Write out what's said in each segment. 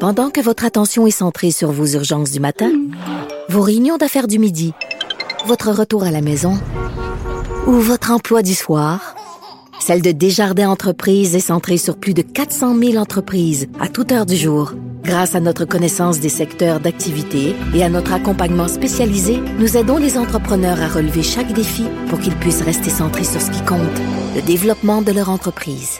Pendant que votre attention est centrée sur vos urgences du matin, vos réunions d'affaires du midi, votre retour à la maison ou votre emploi du soir, celle de Desjardins Entreprises est centrée sur plus de 400 000 entreprises à toute heure du jour. Grâce à notre connaissance des secteurs d'activité et à notre accompagnement spécialisé, nous aidons les entrepreneurs à relever chaque défi pour qu'ils puissent rester centrés sur ce qui compte, le développement de leur entreprise.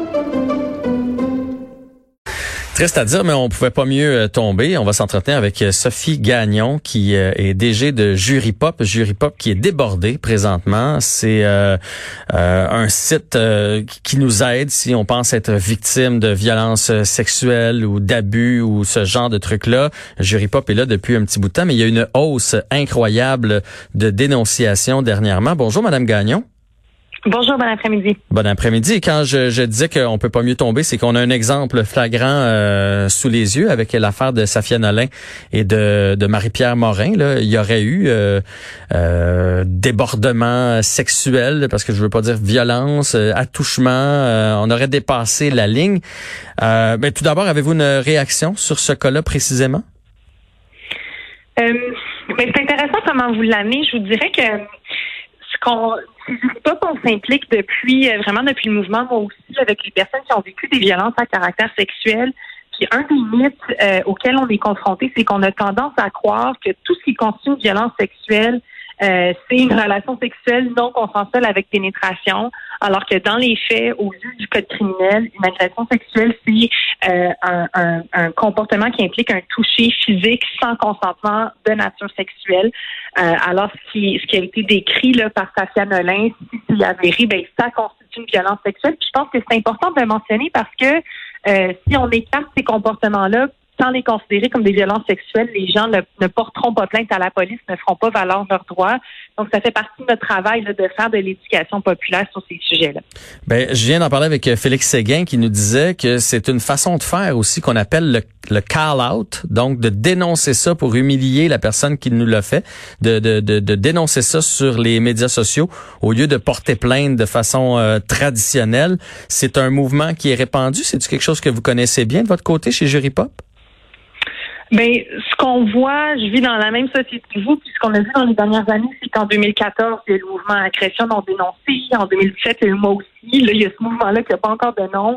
Triste à dire, mais on pouvait pas mieux tomber. On va s'entretenir avec Sophie Gagnon, qui est DG de Juripop. Juripop qui est débordé présentement. C'est un site qui nous aide si on pense être victime de violences sexuelles ou d'abus ou ce genre de trucs-là. Juripop est là depuis un petit bout de temps, mais il y a une hausse incroyable de dénonciations dernièrement. Bonjour, Madame Gagnon. Bonjour, bon après-midi. Bon après-midi. Quand je disais qu'on peut pas mieux tomber, c'est qu'on a un exemple flagrant sous les yeux avec l'affaire de Safia Nolin et de Marie-Pierre Morin. Là, il y aurait eu débordement sexuel, parce que je veux pas dire violence, attouchement. On aurait dépassé la ligne. Mais tout d'abord, avez-vous une réaction sur ce cas-là précisément? Mais c'est intéressant comment vous l'amenez. Je vous dirais que c'est pas qu'on s'implique depuis le mouvement, moi aussi, avec les personnes qui ont vécu des violences à caractère sexuel. Puis un des mythes auxquels on est confronté, c'est qu'on a tendance à croire que tout ce qui constitue une violence sexuelle, c'est une relation sexuelle non consensuelle avec pénétration, alors que dans les faits, aux yeux du code criminel, une agression sexuelle, c'est un comportement qui implique un toucher physique sans consentement de nature sexuelle. Alors ce qui a été décrit là par Safia Nolin, si c'est avéré, ça constitue une violence sexuelle. Puis je pense que c'est important de le mentionner parce que si on écarte ces comportements-là, sans les considérer comme des violences sexuelles, les gens ne porteront pas plainte à la police, ne feront pas valoir leurs droits. Donc, ça fait partie de notre travail là, de faire de l'éducation populaire sur ces sujets-là. Je viens d'en parler avec Félix Séguin qui nous disait que c'est une façon de faire aussi qu'on appelle le call-out, donc de dénoncer ça pour humilier la personne qui nous l'a fait, de dénoncer ça sur les médias sociaux au lieu de porter plainte de façon traditionnelle. C'est un mouvement qui est répandu. C'est-tu quelque chose que vous connaissez bien de votre côté chez Juripop? Ce qu'on voit, je vis dans la même société que vous, puis ce qu'on a vu dans les dernières années, c'est qu'en 2014, il y a le mouvement Agression non dénoncée. En 2017, il y a eu moi aussi. Là, il y a ce mouvement-là qui n'a pas encore de nom.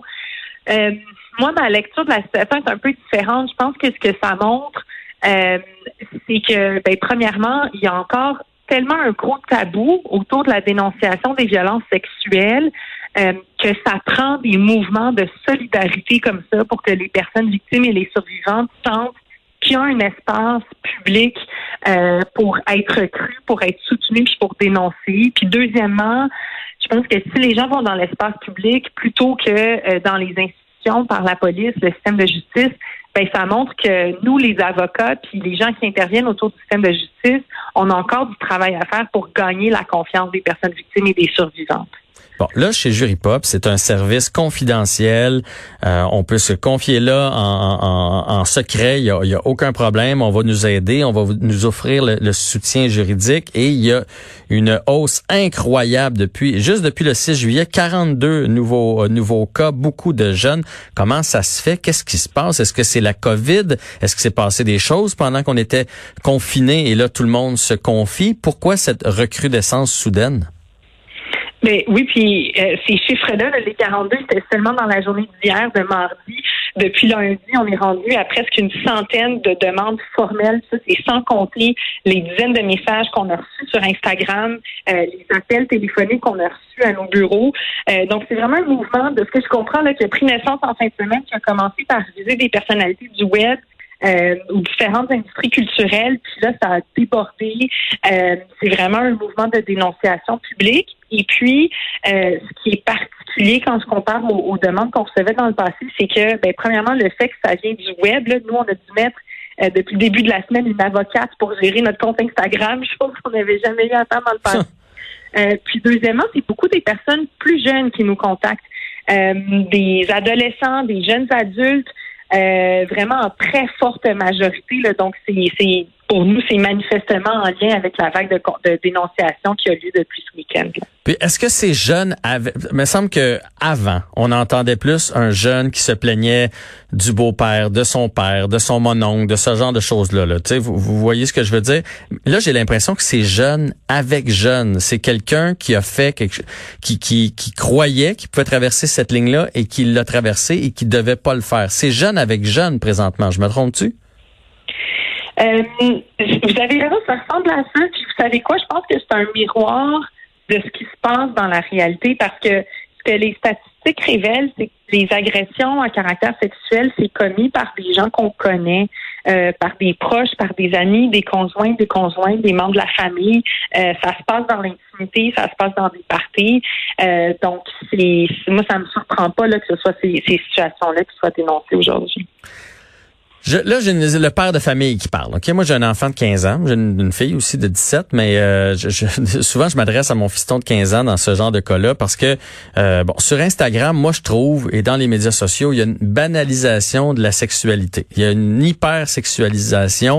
Moi, ma lecture de la situation est un peu différente. Je pense que ce que ça montre, c'est que, premièrement, il y a encore tellement un gros tabou autour de la dénonciation des violences sexuelles que ça prend des mouvements de solidarité comme ça pour que les personnes victimes et les survivantes sentent qui ont un espace public pour être cru, pour être soutenu, puis pour dénoncer. Puis deuxièmement, je pense que si les gens vont dans l'espace public plutôt que dans les institutions, par la police, le système de justice, ça montre que nous, les avocats, puis les gens qui interviennent autour du système de justice, on a encore du travail à faire pour gagner la confiance des personnes victimes et des survivantes. Bon, là, chez Juripop, c'est un service confidentiel. On peut se confier là en secret. Il y a aucun problème. On va nous aider. On va nous offrir le soutien juridique. Et il y a une hausse incroyable depuis le 6 juillet. 42 nouveaux cas, beaucoup de jeunes. Comment ça se fait? Qu'est-ce qui se passe? Est-ce que c'est la COVID? Est-ce que c'est passé des choses pendant qu'on était confinés et là, tout le monde se confie? Pourquoi cette recrudescence soudaine? Oui, puis ces chiffres-là, les 42, c'était seulement dans la journée d'hier, de mardi. Depuis lundi, on est rendu à presque une centaine de demandes formelles. Ça, c'est sans compter les dizaines de messages qu'on a reçus sur Instagram, les appels téléphoniques qu'on a reçus à nos bureaux. Donc, c'est vraiment un mouvement, de ce que je comprends, là, qui a pris naissance en fin de semaine, qui a commencé par viser des personnalités du web, ou différentes industries culturelles, puis là, ça a débordé. C'est vraiment un mouvement de dénonciation publique. Et puis, ce qui est particulier quand je compare aux demandes qu'on recevait dans le passé, c'est que, premièrement, le fait que ça vient du web, là, nous, on a dû mettre depuis le début de la semaine une avocate pour gérer notre compte Instagram, chose qu'on n'avait jamais eu à faire dans le passé. Puis deuxièmement, c'est beaucoup des personnes plus jeunes qui nous contactent, des adolescents, des jeunes adultes, vraiment en très forte majorité. Là, donc, c'est pour nous, c'est manifestement en lien avec la vague de dénonciation qui a lieu depuis ce week-end. Puis est-ce que ces jeunes avaient... Il me semble que avant, on entendait plus un jeune qui se plaignait du beau-père, de son mononcle, de ce genre de choses-là. Là. Tu sais, vous voyez ce que je veux dire? Là, j'ai l'impression que c'est jeune avec jeune. C'est quelqu'un qui a fait quelque qui croyait qu'il pouvait traverser cette ligne-là et qui l'a traversée et qui devait pas le faire. C'est jeune avec jeune présentement. Je me trompe-tu? Vous avez raison, ça ressemble à ça. Puis vous savez quoi? Je pense que c'est un miroir de ce qui se passe dans la réalité parce que ce que les statistiques révèlent, c'est que les agressions à caractère sexuel, c'est commis par des gens qu'on connaît, par des proches, par des amis, des conjoints, des membres de la famille. Ça se passe dans l'intimité, ça se passe dans des parties. Donc, moi, ça me surprend pas là, que ce soit ces situations-là qui soient dénoncées aujourd'hui. Là, j'ai le père de famille qui parle. Ok, moi j'ai un enfant de 15 ans, j'ai une fille aussi de 17, mais souvent je m'adresse à mon fiston de 15 ans dans ce genre de cas-là parce que sur Instagram, moi je trouve et dans les médias sociaux, il y a une banalisation de la sexualité. Il y a une hypersexualisation.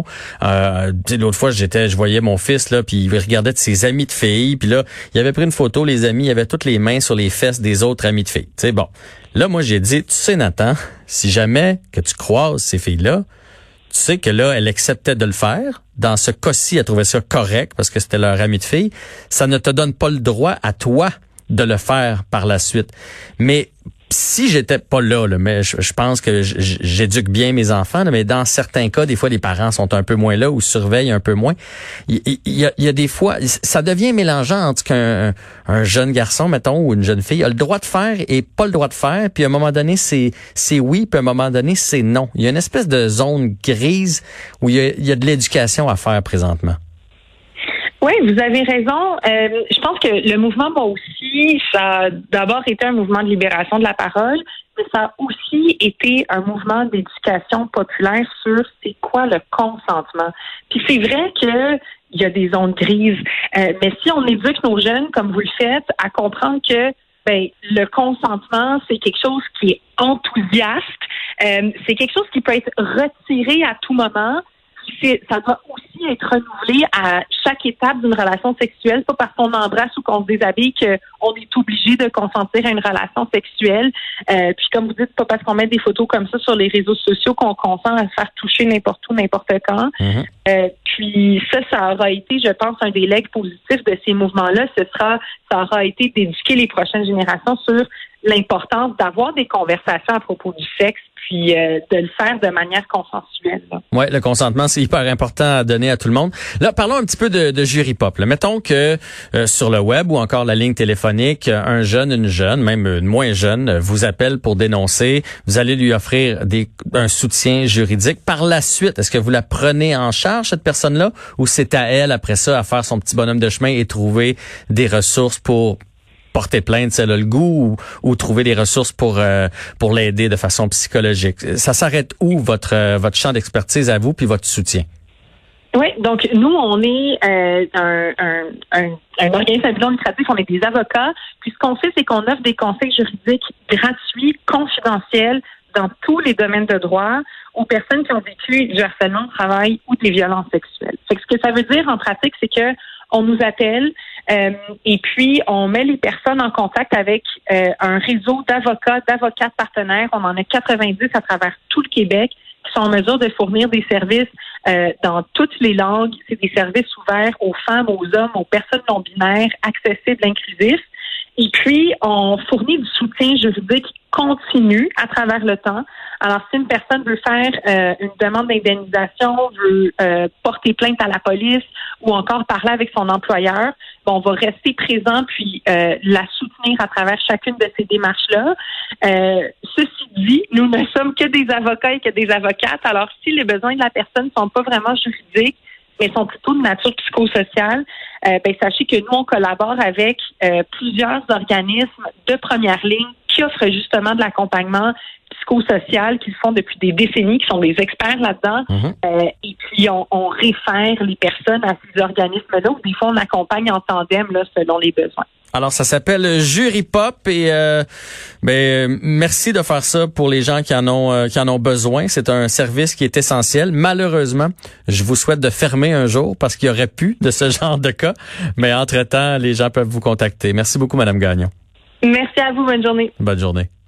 L'autre fois, je voyais mon fils là, puis il regardait de ses amis de filles, puis là, il avait pris une photo, les amis, il avait toutes les mains sur les fesses des autres amis de filles. Tu sais, bon. Là, moi, j'ai dit, tu sais, Nathan, si jamais que tu croises ces filles-là, tu sais que là, elle acceptait de le faire. Dans ce cas-ci, elle trouvait ça correct parce que c'était leur amie de fille. Ça ne te donne pas le droit à toi de le faire par la suite. Mais si j'étais pas là, mais je pense que j'éduque bien mes enfants, là, mais dans certains cas, des fois, les parents sont un peu moins là ou surveillent un peu moins. Il y a des fois, ça devient mélangeant entre qu'un jeune garçon, mettons, ou une jeune fille a le droit de faire et pas le droit de faire, puis à un moment donné, c'est oui, puis à un moment donné, c'est non. Il y a une espèce de zone grise où il y a de l'éducation à faire présentement. Oui, vous avez raison. Je pense que le mouvement, aussi, ça a d'abord été un mouvement de libération de la parole, mais ça a aussi été un mouvement d'éducation populaire sur c'est quoi le consentement. Puis c'est vrai que il y a des zones grises, mais si on éduque nos jeunes, comme vous le faites, à comprendre que le consentement, c'est quelque chose qui est enthousiaste, c'est quelque chose qui peut être retiré à tout moment. Ça doit aussi être renouvelé à chaque étape d'une relation sexuelle. Pas parce qu'on embrasse ou qu'on se déshabille qu'on est obligé de consentir à une relation sexuelle. Puis comme vous dites, pas parce qu'on met des photos comme ça sur les réseaux sociaux qu'on consent à se faire toucher n'importe où, n'importe quand. Mm-hmm. Puis ça aura été, je pense, un des legs positifs de ces mouvements-là. Ça aura été d'éduquer les prochaines générations sur l'importance d'avoir des conversations à propos du sexe, puis de le faire de manière consensuelle. Oui, le consentement, c'est hyper important à donner à tout le monde. Là, parlons un petit peu de jury pop. Là. Mettons que sur le web ou encore la ligne téléphonique, un jeune, une jeune, même une moins jeune, vous appelle pour dénoncer. Vous allez lui offrir un soutien juridique. Par la suite, est-ce que vous la prenez en charge, cette personne-là, ou c'est à elle, après ça, à faire son petit bonhomme de chemin et trouver des ressources pour porter plainte si elle a le goût ou trouver des ressources pour l'aider de façon psychologique. Ça s'arrête où votre champ d'expertise à vous puis votre soutien? Oui, donc nous, on est un organisme à but non lucratif, on est des avocats. Puis ce qu'on fait, c'est qu'on offre des conseils juridiques gratuits, confidentiels, dans tous les domaines de droit aux personnes qui ont vécu du harcèlement au travail ou des violences sexuelles. Fait que ce que ça veut dire en pratique, c'est que on nous appelle et puis on met les personnes en contact avec un réseau d'avocats partenaires. On en a 90 à travers tout le Québec qui sont en mesure de fournir des services dans toutes les langues. C'est des services ouverts aux femmes, aux hommes, aux personnes non binaires, accessibles, inclusifs. Et puis, on fournit du soutien juridique continu à travers le temps. Alors, si une personne veut faire une demande d'indemnisation, veut porter plainte à la police ou encore parler avec son employeur, on va rester présent puis la soutenir à travers chacune de ces démarches-là. Ceci dit, nous ne sommes que des avocats et que des avocates. Alors, si les besoins de la personne ne sont pas vraiment juridiques, mais sont plutôt de nature psychosociale, sachez que nous, on collabore avec plusieurs organismes de première ligne qui offrent justement de l'accompagnement psychosocial, qui le font depuis des décennies, qui sont des experts là-dedans. Mm-hmm. Et puis, on réfère les personnes à ces organismes-là, ou des fois, on accompagne en tandem là, selon les besoins. Alors, ça s'appelle Jury Pop et merci de faire ça pour les gens qui en ont besoin. C'est un service qui est essentiel. Malheureusement, je vous souhaite de fermer un jour parce qu'il y aurait plus de ce genre de cas. Mais entre-temps, les gens peuvent vous contacter. Merci beaucoup, Madame Gagnon. Merci à vous. Bonne journée. Bonne journée.